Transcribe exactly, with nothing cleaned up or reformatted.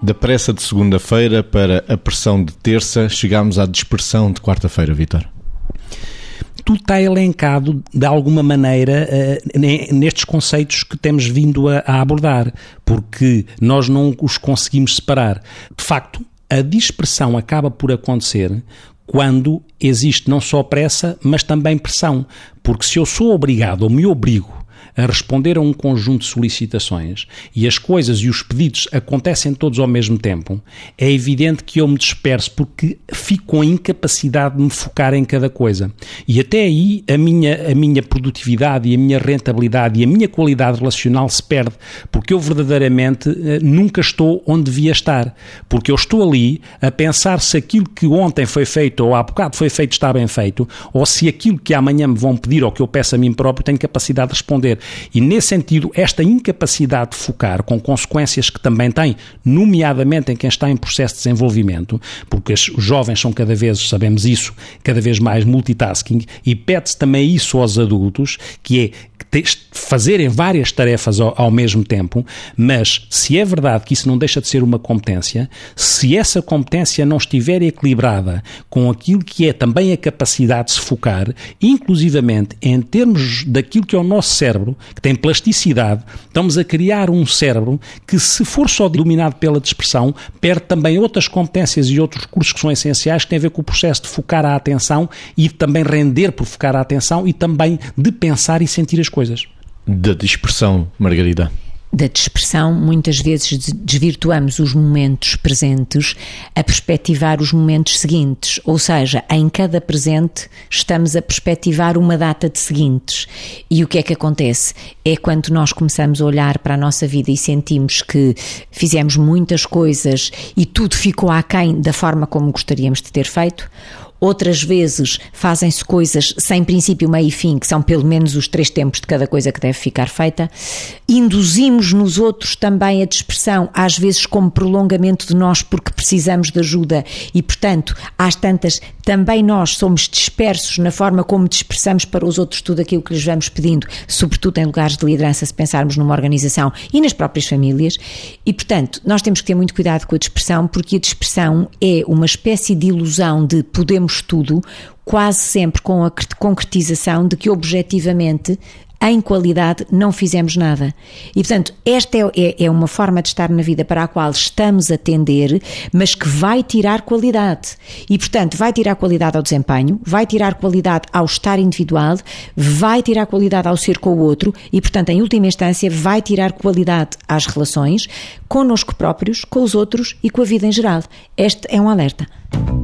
Da pressa de segunda-feira para a pressão de terça, chegámos à dispersão de quarta-feira, Vítor. Tudo está elencado, de alguma maneira, nestes conceitos que temos vindo a abordar, porque nós não os conseguimos separar. De facto, a dispersão acaba por acontecer quando existe não só pressa, mas também pressão. Porque se eu sou obrigado ou me obrigo a responder a um conjunto de solicitações e as coisas e os pedidos acontecem todos ao mesmo tempo, é evidente que eu me disperso porque fico com a incapacidade de me focar em cada coisa. E até aí a minha, a minha produtividade e a minha rentabilidade e a minha qualidade relacional se perde, porque eu verdadeiramente nunca estou onde devia estar. Porque eu estou ali a pensar se aquilo que ontem foi feito ou há bocado foi feito está bem feito, ou se aquilo que amanhã me vão pedir ou que eu peço a mim próprio tenho capacidade de responder. E nesse sentido, esta incapacidade de focar, com consequências que também tem, nomeadamente em quem está em processo de desenvolvimento, porque os jovens são cada vez, sabemos isso, cada vez mais multitasking, e pede-se também isso aos adultos, que é fazerem várias tarefas ao, ao mesmo tempo, mas se é verdade que isso não deixa de ser uma competência, se essa competência não estiver equilibrada com aquilo que é também a capacidade de se focar, inclusivamente em termos daquilo que é o nosso cérebro, que tem plasticidade, estamos a criar um cérebro que, se for só dominado pela dispersão, perde também outras competências e outros recursos que são essenciais, que têm a ver com o processo de focar a atenção e também render por focar a atenção e também de pensar e sentir as coisas. Da dispersão, Margarida. Da dispersão, muitas vezes desvirtuamos os momentos presentes a perspectivar os momentos seguintes, ou seja, em cada presente estamos a perspectivar uma data de seguintes. E o que é que acontece? É quando nós começamos a olhar para a nossa vida e sentimos que fizemos muitas coisas e tudo ficou aquém da forma como gostaríamos de ter feito. Outras vezes fazem-se coisas sem princípio, meio e fim, que são pelo menos os três tempos de cada coisa que deve ficar feita. Induzimos nos outros também a dispersão, às vezes como prolongamento de nós porque precisamos de ajuda e, portanto, às tantas, também nós somos dispersos na forma como dispersamos para os outros tudo aquilo que lhes vamos pedindo, sobretudo em lugares de liderança, se pensarmos numa organização e nas próprias famílias. E, portanto, nós temos que ter muito cuidado com a dispersão, porque a dispersão é uma espécie de ilusão de podemos tudo, quase sempre com a concretização de que objetivamente, em qualidade, não fizemos nada. E, portanto, esta é, é uma forma de estar na vida para a qual estamos a tender, mas que vai tirar qualidade. E, portanto, vai tirar qualidade ao desempenho, vai tirar qualidade ao estar individual, vai tirar qualidade ao ser com o outro e, portanto, em última instância, vai tirar qualidade às relações, connosco próprios, com os outros e com a vida em geral. Este é um alerta.